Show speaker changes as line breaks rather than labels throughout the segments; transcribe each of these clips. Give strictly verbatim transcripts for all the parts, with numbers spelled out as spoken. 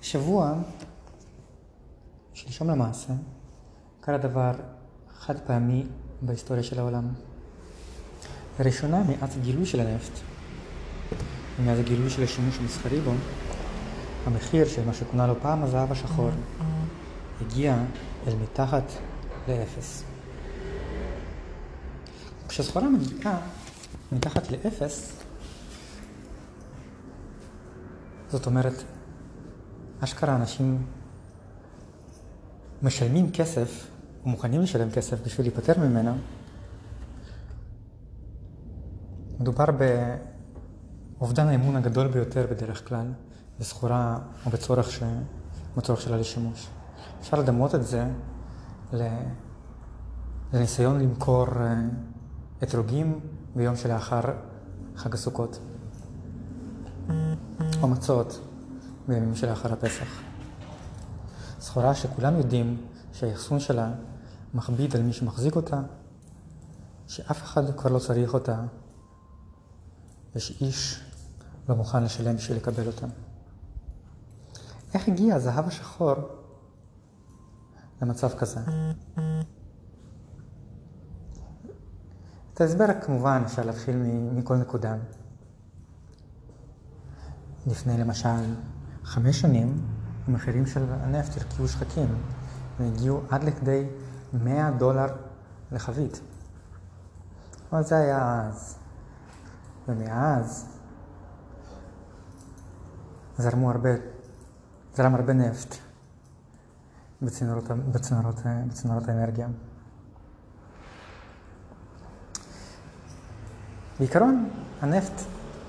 שבוע, שלשום למעשה, קרה דבר חד פעמי בהיסטוריה של העולם. לראשונה מאז הגילוי של הנפט, ומאז הגילוי של השימוש המסחרי בו, המחיר של מה שכונה לו פעם הזהב השחור הגיע אל מתחת לאפס. כשסחורה מגיעה מתחת לאפס, זאת אומרת, אשכרה אנשים משלמים כסף, או מוכנים לשלם כסף בשביל להיפטר ממנה. מדובר באובדן האמון הגדול ביותר בדרך כלל, בסחורה או בצורך, ש... בצורך שלה לשימוש. אפשר לדמות את זה לניסיון למכור אתרוגים ביום שלאחר חג הסוכות, או מצות בימים שלאחר הפסח. סחורה שכולם יודעים שהאחסון שלה מכביד על מי שמחזיק אותה, שאף אחד כבר לא צריך אותה, ושאיש לא מוכן לשלם בשביל לקבל אותה. איך הגיע הזהב השחור למצב כזה? את ההסבר כמובן אפשר להתחיל מכל נקודה. לפני למשל חמש שנים, המחירים של הנפט הרקיעו שחקים, והגיעו עד לכדי מאה דולר לחבית. אבל זה היה אז. ומאז זרמו הרבה, זרם הרבה נפט בצינורות, בצינורות, בצינורות האנרגיה. בעיקרון, הנפט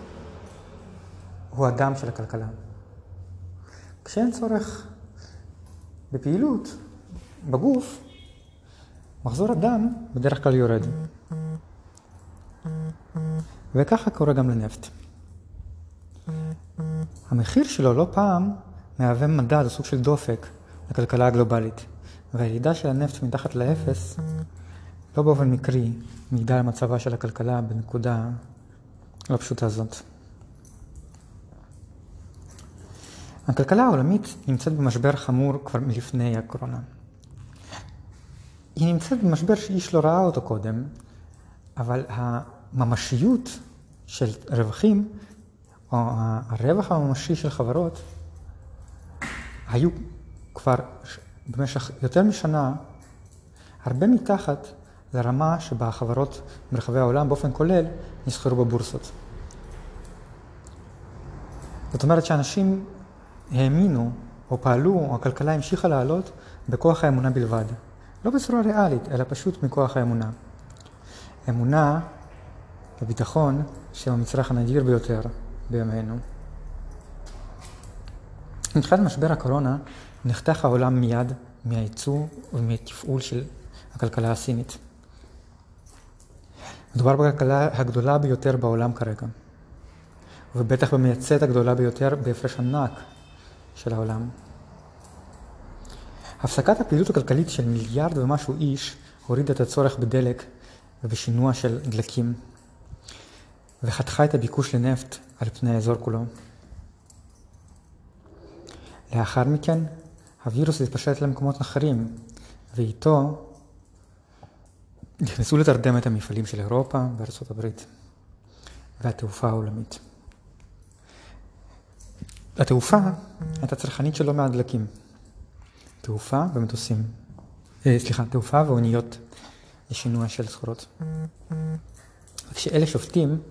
הוא הדם של הכלכלה. כשאין צורך בפעילות, בגוף, מחזור הדם בדרך כלל יורד. וככה קורה גם לנפט. המחיר שלו לא פעם מהווה מדד או סוג של דופק לכלכלה הגלובלית. והירידה של הנפט מתחת לאפס לא באופן מקרי מעידה על מצבה של הכלכלה בנקודה לא פשוטה זאת. הכלכלה העולמית נמצאת במשבר חמור כבר מלפני הקורונה. היא נמצאת במשבר שאיש לא ראה אותו קודם, אבל הממשיות של רווחים, או הרווח הממשי של חברות, היו כבר במשך יותר משנה הרבה מתחת לרמה שבה החברות ברחבי העולם באופן כולל נסחרו בבורסות. זאת אומרת שאנשים האמינו או פעלו, או הכלכלה המשיכה לעלות בכוח האמונה בלבד. לא בצורה ריאלית, אלא פשוט מכוח האמונה. אמונה וביטחון שהוא המצרך הנדיר ביותר בימינו. מתחילת משבר הקורונה נחתך העולם מיד מהייצוא ומהתפעול של הכלכלה הסינית. מדובר בכלכלה הגדולה ביותר בעולם כרגע, ובטח במייצאת הגדולה ביותר בהפרש ענק של העולם. הפסקת הפעילות הכלכלית של מיליארד ומשהו איש הורידה את הצורך בדלק ובשינוע של דלקים, וחתכה את הביקוש לנפט על פני האזור כולו. לאחר מכן, הווירוס התפשט למקומות אחרים, ואיתו נכנסו לתרדמת המפעלים של אירופה וארצות הברית, והתעופה העולמית. התעופה הייתה צרכנית של לא מעט דלקים. תעופה ומטוסים. אה, סליחה, תעופה ואוניות לשינוע של סחורות. וכשאלה שופטים,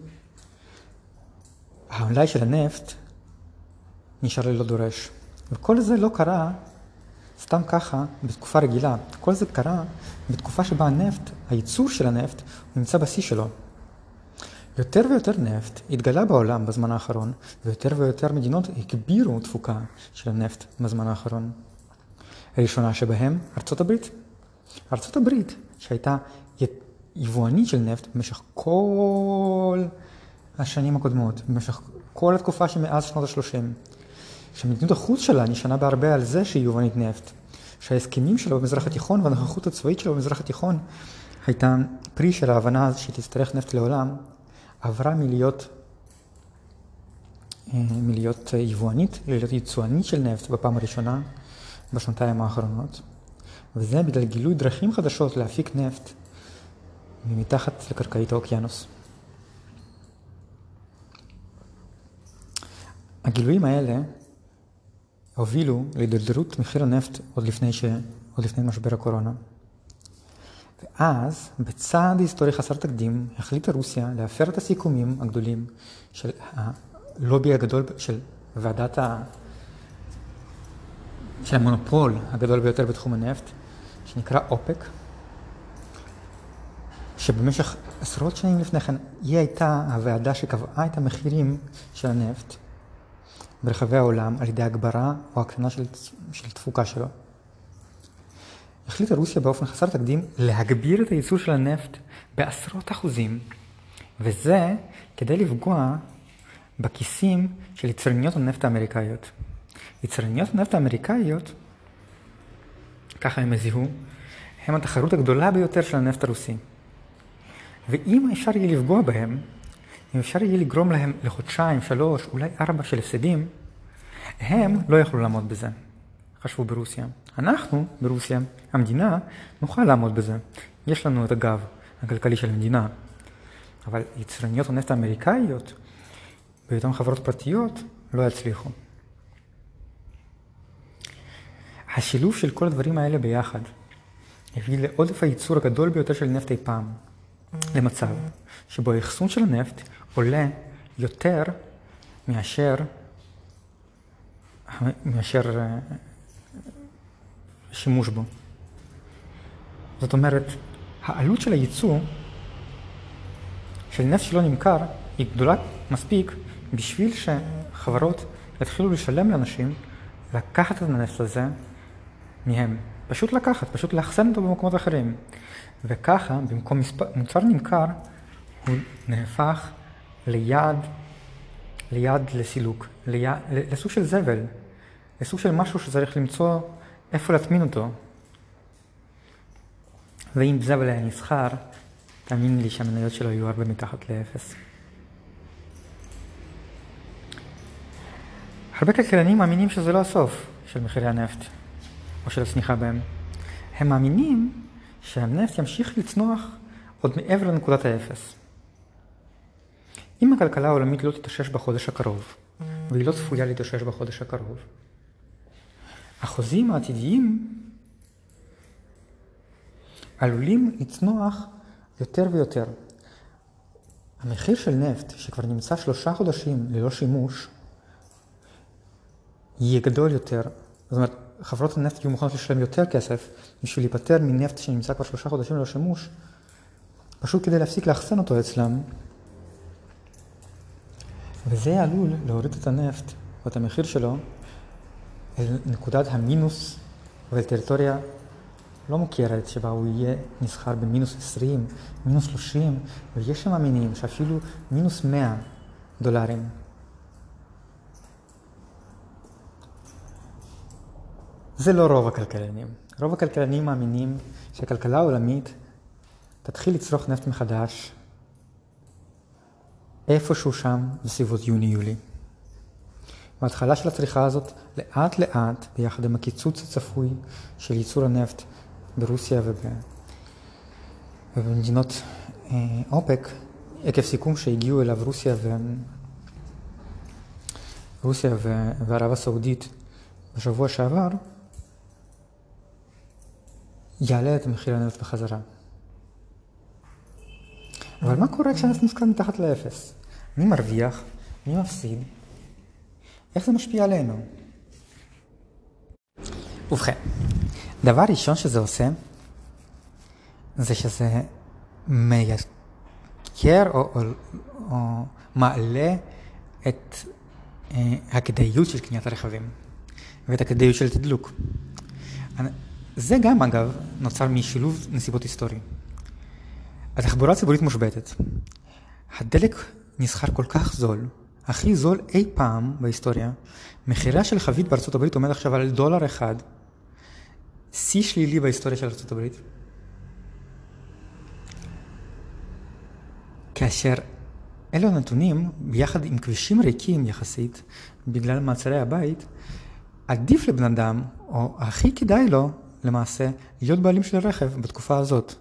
המלאי של הנפט נשאר ללא דורש. וכל זה לא קרה סתם ככה בתקופה רגילה. כל זה קרה בתקופה שבה הנפט, הייצור של הנפט, הוא נמצא בשיא שלו. יותר ויותר נפט התגלה בעולם בזמן האחרון, ויותר ויותר מדינות הגבירו תפוקה של הנפט בזמן האחרון. הראשונה שבהם, ארצות הברית. ארצות הברית, שהייתה יבואנית של נפט במשך כל השנים הקודמות, במשך כל התקופה שמאז שנות ה-שלושים, שמדיניות החוץ שלה נשענה בהרבה על זה שהיא יבואנית נפט, שההסכמים שלו במזרח התיכון והנוכחות הצבאית שלו במזרח התיכון הייתה פרי של ההבנה שהיא תצטרך נפט לעולם, עברה מלהיות מלהיות יבואנית, להיות יצואנית של נפט בפעם הראשונה בשנתיים האחרונות, וזה בגלל גילוי דרכים חדשות להפיק נפט מתחת לקרקעית האוקיינוס. הגילויים האלה הובילו להידרדרות מחיר הנפט עוד לפני, ש... עוד לפני משבר הקורונה. ואז, בצעד היסטורי חסר תקדים, החליטה רוסיה להפר את הסיכומים הגדולים של הלובי הגדול של ועדת ה... של המונופול הגדול ביותר בתחום הנפט, שנקרא אופק, שבמשך עשרות שנים לפני כן היא הייתה הוועדה שקבעה את המחירים של הנפט ברחבי העולם על ידי הגברה או הקטנה של, של תפוקה שלו. החליטה רוסיה באופן חסר תקדים להגביר את הייצור של הנפט בעשרות אחוזים, וזה כדי לפגוע בכיסים של יצרניות הנפט האמריקאיות. יצרניות הנפט האמריקאיות, ככה הם הזיהו, הם התחרות הגדולה ביותר של הנפט הרוסי. ואם אפשר יהיה לפגוע בהם, אם אפשר יהיה לגרום להם לחודשיים, שלוש, אולי ארבע של הפסדים, הם לא יכלו לעמוד בזה. חשבו ברוסיה. אנחנו, ברוסיה, המדינה, נוכל לעמוד בזה. יש לנו את הגב הכלכלי של המדינה. אבל יצרניות הנפט האמריקאיות, בהיותן חברות פרטיות, לא יצליחו. השילוב של כל הדברים האלה ביחד הביא לעודף הייצור הגדול ביותר של נפט אי פעם, למצב שבו האחסון של הנפט עולה יותר מאשר מאשר שימוש בו. זאת אומרת, העלות של הייצוא של נפט שלא נמכר היא גדולה מספיק בשביל שחברות יתחילו לשלם לאנשים לקחת את הנפט הזה מהם. פשוט לקחת, פשוט לאחסן אותו במקומות אחרים. וככה, במקום מספר, מוצר נמכר, הוא נהפך ליעד, ליעד לסילוק, ליעד, לסוג של זבל, לסוג של משהו שצריך למצוא איפה להטמין אותו. ואם זבל היה נסחר, תאמין לי שהמניות שלו יהיו הרבה מתחת לאפס. הרבה כלכלנים מאמינים שזה לא הסוף של מחירי הנפט, או של הצניחה בהם. הם מאמינים שהנפט ימשיך לצנוח עוד מעבר לנקודת האפס. אם הכלכלה העולמית לא תתאושש בחודש הקרוב, והיא לא צפויה להתאושש בחודש הקרוב, החוזים העתידיים עלולים לצנוח יותר ויותר. המחיר של נפט, שכבר נמצא שלושה חודשים ללא שימוש, יהיה גדול יותר. זאת אומרת, חברות הנפט יהיו מוכנות לשלם יותר כסף בשביל להיפטר מנפט שנמצא כבר שלושה חודשים ללא שימוש, פשוט כדי להפסיק לאחסן אותו אצלם. וזה עלול להוריד את הנפט ואת המחיר שלו אל נקודת המינוס ואל טריטוריה לא מוכרת, שבה הוא יהיה נסחר במינוס עשרים, מינוס שלושים, ויש שם מאמינים שאפילו מינוס מאה דולרים. זה לא רוב הכלכלנים. רוב הכלכלנים מאמינים שהכלכלה העולמית תתחיל לצרוך נפט מחדש איפשהו שם בסביבות יוני-יולי. בהתחלה של הצריכה הזאת, לאט לאט, ביחד עם הקיצוץ הצפוי של ייצור הנפט ברוסיה וב... ובמדינות אה, אופק, עקב סיכום שהגיעו אליו רוסיה, ו... רוסיה ו... וערב הסעודית בשבוע שעבר, יעלה את מחיר הנפט בחזרה. אבל מה קורה כשהנפט נזכר מתחת לאפס? מי מרוויח? מי מפסיד? איך זה משפיע עלינו? ובכן, דבר ראשון שזה עושה, זה שזה מייקר או, או, או מעלה את אה, הכדאיות של קניית הרכבים ואת הכדאיות של תדלוק. זה גם, אגב, נוצר משילוב נסיבות היסטורי. התחבורה הציבורית מושבתת. הדלק נסחר כל כך זול, הכי זול אי פעם בהיסטוריה. מחירה של חבית בארצות הברית עומד עכשיו על דולר אחד, שיא שלילי בהיסטוריה של ארצות הברית. כאשר אלו הנתונים, ביחד עם כבישים ריקים יחסית, בגלל מעצרי הבית, עדיף לבן אדם, או הכי כדאי לו, למעשה, להיות בעלים של רכב בתקופה הזאת.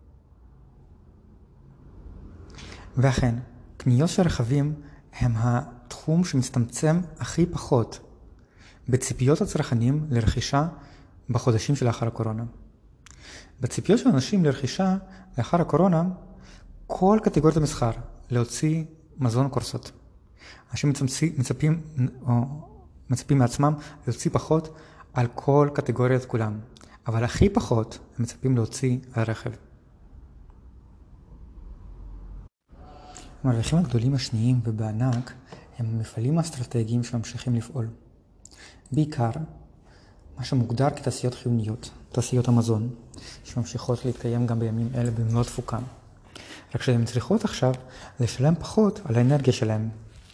ואכן, קניות של רכבים הם התחום שמצטמצם הכי פחות בציפיות הצרכנים לרכישה בחודשים שלאחר הקורונה. בציפיות של אנשים לרכישה לאחר הקורונה, כל קטגוריות המסחר להוציא מזון קורסות. אנשים מצפים, או מצפים מעצמם להוציא פחות על כל קטגוריות כולם, אבל הכי פחות הם מצפים להוציא על הרכב. המרוויחים הגדולים השניים ובענק הם המפעלים האסטרטגיים שממשיכים לפעול. בעיקר מה שמוגדר כתעשיות חיוניות, תעשיות המזון, שממשיכות להתקיים גם בימים אלה במלוא תפוקה. רק שהן צריכות עכשיו לשלם פחות על האנרגיה שלהם.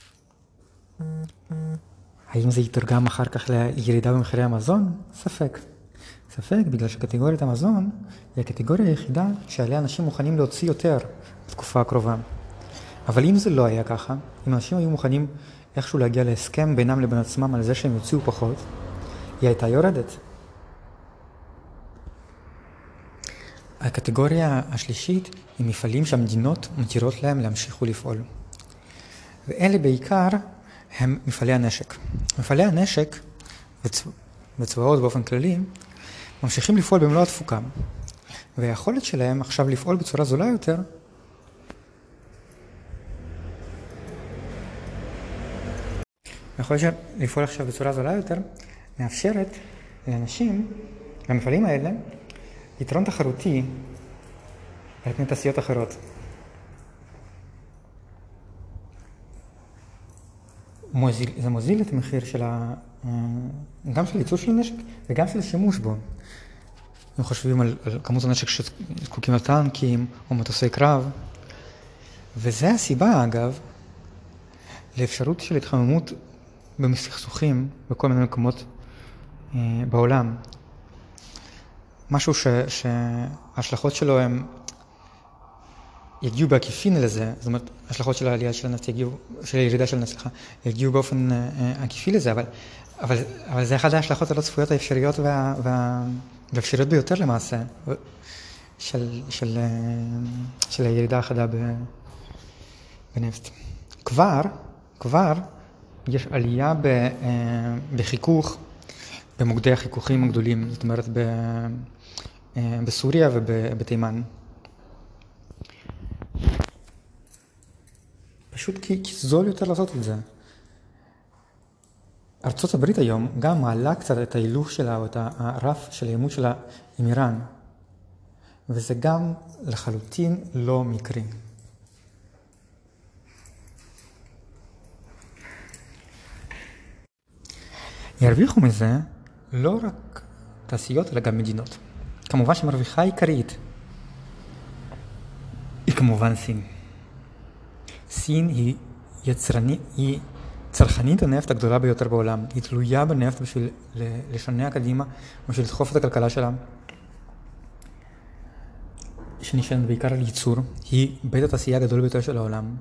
האם זה יתרגם אחר כך לירידה במחירי המזון? ספק. ספק בגלל שקטגוריית המזון היא הקטגוריה היחידה שעליה אנשים מוכנים להוציא יותר בתקופה הקרובה. אבל אם זה לא היה ככה, אם אנשים היו מוכנים איכשהו להגיע להסכם בינם לבין עצמם על זה שהם יוציאו פחות, היא הייתה יורדת. הקטגוריה השלישית היא מפעלים שהמדינות מתירות להם להמשיך ולפעול. ואלה בעיקר הם מפעלי הנשק. מפעלי הנשק וצבאות באופן כללי ממשיכים לפעול במלוא התפוקה. והיכולת שלהם עכשיו לפעול בצורה זולה יותר היכולת שלהם לפעול עכשיו בצורה זולה יותר מאפשרת לאנשים, למפעלים האלה, יתרון תחרותי על פני תעשיות אחרות. מוזיל, זה מוזיל את המחיר של ה, גם של ייצור של הנשק וגם של השימוש בו. אם חושבים על, על כמות הנשק שזקוקים לטנקים או מטוסי קרב. וזה הסיבה, אגב, לאפשרות של התחממות במסכסוכים בכל מיני מקומות אה, בעולם. משהו ש, שההשלכות שלו הם יגיעו בעקיפין לזה, זאת אומרת, ההשלכות של העלייה של הנפט יגיעו, של הירידה של הנפט, סליחה, יגיעו באופן אה, עקיפי לזה, אבל, אבל, אבל זה אחד ההשלכות הלא צפויות האפשריות וה, וה, והאפשריות ביותר למעשה, של, של, אה, של הירידה החדה בנפט. כבר, כבר יש עלייה ב, אה, בחיכוך, במוקדי החיכוכים הגדולים, זאת אומרת ב, אה, בסוריה ובתימן. פשוט כי, כי זול יותר לעשות את זה. ארצות הברית היום גם מעלה קצת את ההילוך שלה, או את הרף של העימות שלה עם איראן. וזה גם לחלוטין לא מקרי. ירוויחו מזה לא רק תעשיות, אלא גם מדינות. כמובן שמרוויחה עיקרית היא כמובן סין. סין היא יצרנית, היא צרכנית הנפט הגדולה ביותר בעולם. היא תלויה בנפט בשביל לשנע קדימה, בשביל לדחוף את הכלכלה שלה, שנשענת בעיקר על ייצור. היא בית התעשייה הגדול ביותר של העולם.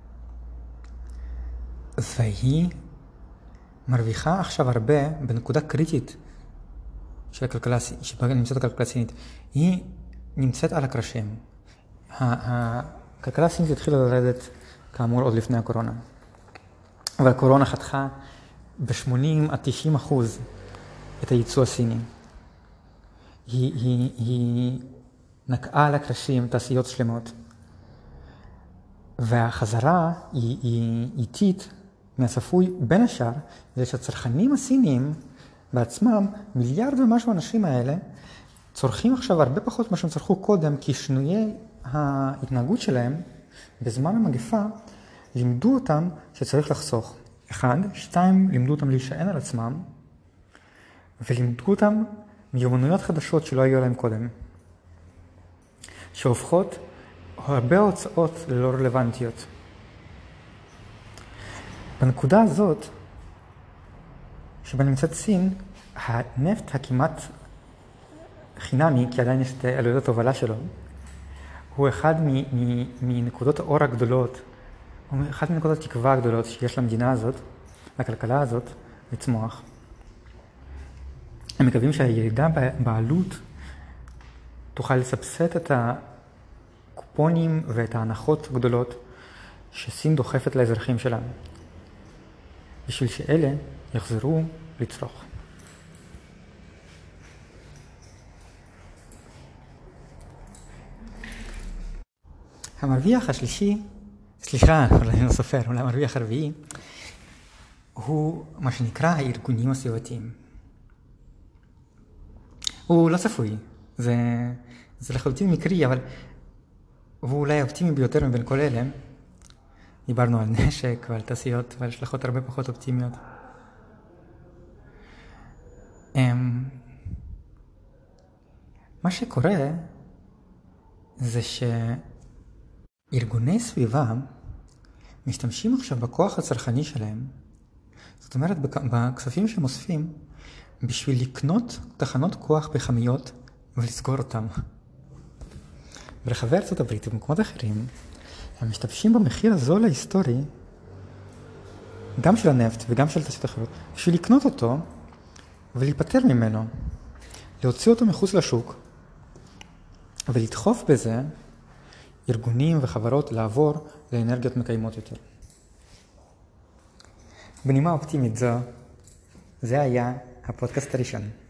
והיא מרוויחה עכשיו הרבה בנקודה קריטית של הכלכלה, שבה נמצאת הכלכלה הסינית. היא נמצאת על הקרשים. הכלכלה הסינית התחילה לרדת כאמור עוד לפני הקורונה. אבל הקורונה חתכה ב-שמונים עד תשעים אחוז את הייצוא הסיני. היא, היא, היא נקעה על הקרשים תעשיות שלמות. והחזרה היא, היא איטית מהצפוי בין השאר, זה שהצרכנים הסיניים בעצמם, מיליארד ומשהו אנשים האלה, צורכים עכשיו הרבה פחות מה שהם צרכו קודם, כי שינויי ההתנהגות שלהם בזמן המגפה לימדו אותם שצריך לחסוך. אחד, שתיים, לימדו אותם להישען על עצמם, ולימדו אותם מיומנויות חדשות שלא היו להם קודם, שהופכות הרבה הוצאות ללא רלוונטיות. בנקודה הזאת, שבה נמצאת סין, הנפט הכמעט חינמי, כי עדיין יש את עלויות התובלה שלו, הוא אחד מנקודות האור הגדולות אחת מנקודות התקווה הגדולות שיש למדינה הזאת, לכלכלה הזאת, לצמוח. הם מקווים שהירידה בעלות תוכל לסבסד את הקופונים ואת ההנחות הגדולות שסין דוחפת לאזרחים שלה, בשביל שאלה יחזרו לצרוך. המרוויח השלישי, סליחה, אולי אני לא סופר, אולי המרוויח הרביעי, הוא מה שנקרא הארגונים הסביבתיים. הוא לא צפוי, זה, זה לחלוטין מקרי, אבל הוא אולי האופטימי ביותר מבין כל אלה. דיברנו על נשק ועל תעשיות ועל השלכות הרבה פחות אופטימיות. מה שקורה זה שארגוני סביבה משתמשים עכשיו בכוח הצרכני שלהם, זאת אומרת בכספים שהם אוספים, בשביל לקנות תחנות כוח פחמיות ולסגור אותם. ברחבי ארצות הברית ובמקומות אחרים, הם משתמשים במחיר הזול ההיסטורי, גם של הנפט וגם של תעשיות אחרות, בשביל לקנות אותו ולהיפטר ממנו, להוציא אותו מחוץ לשוק, ולדחוף בזה ארגונים וחברות לעבור לאנרגיות מקיימות יותר. בנימה אופטימית זו, זה היה הפודקאסט הראשון.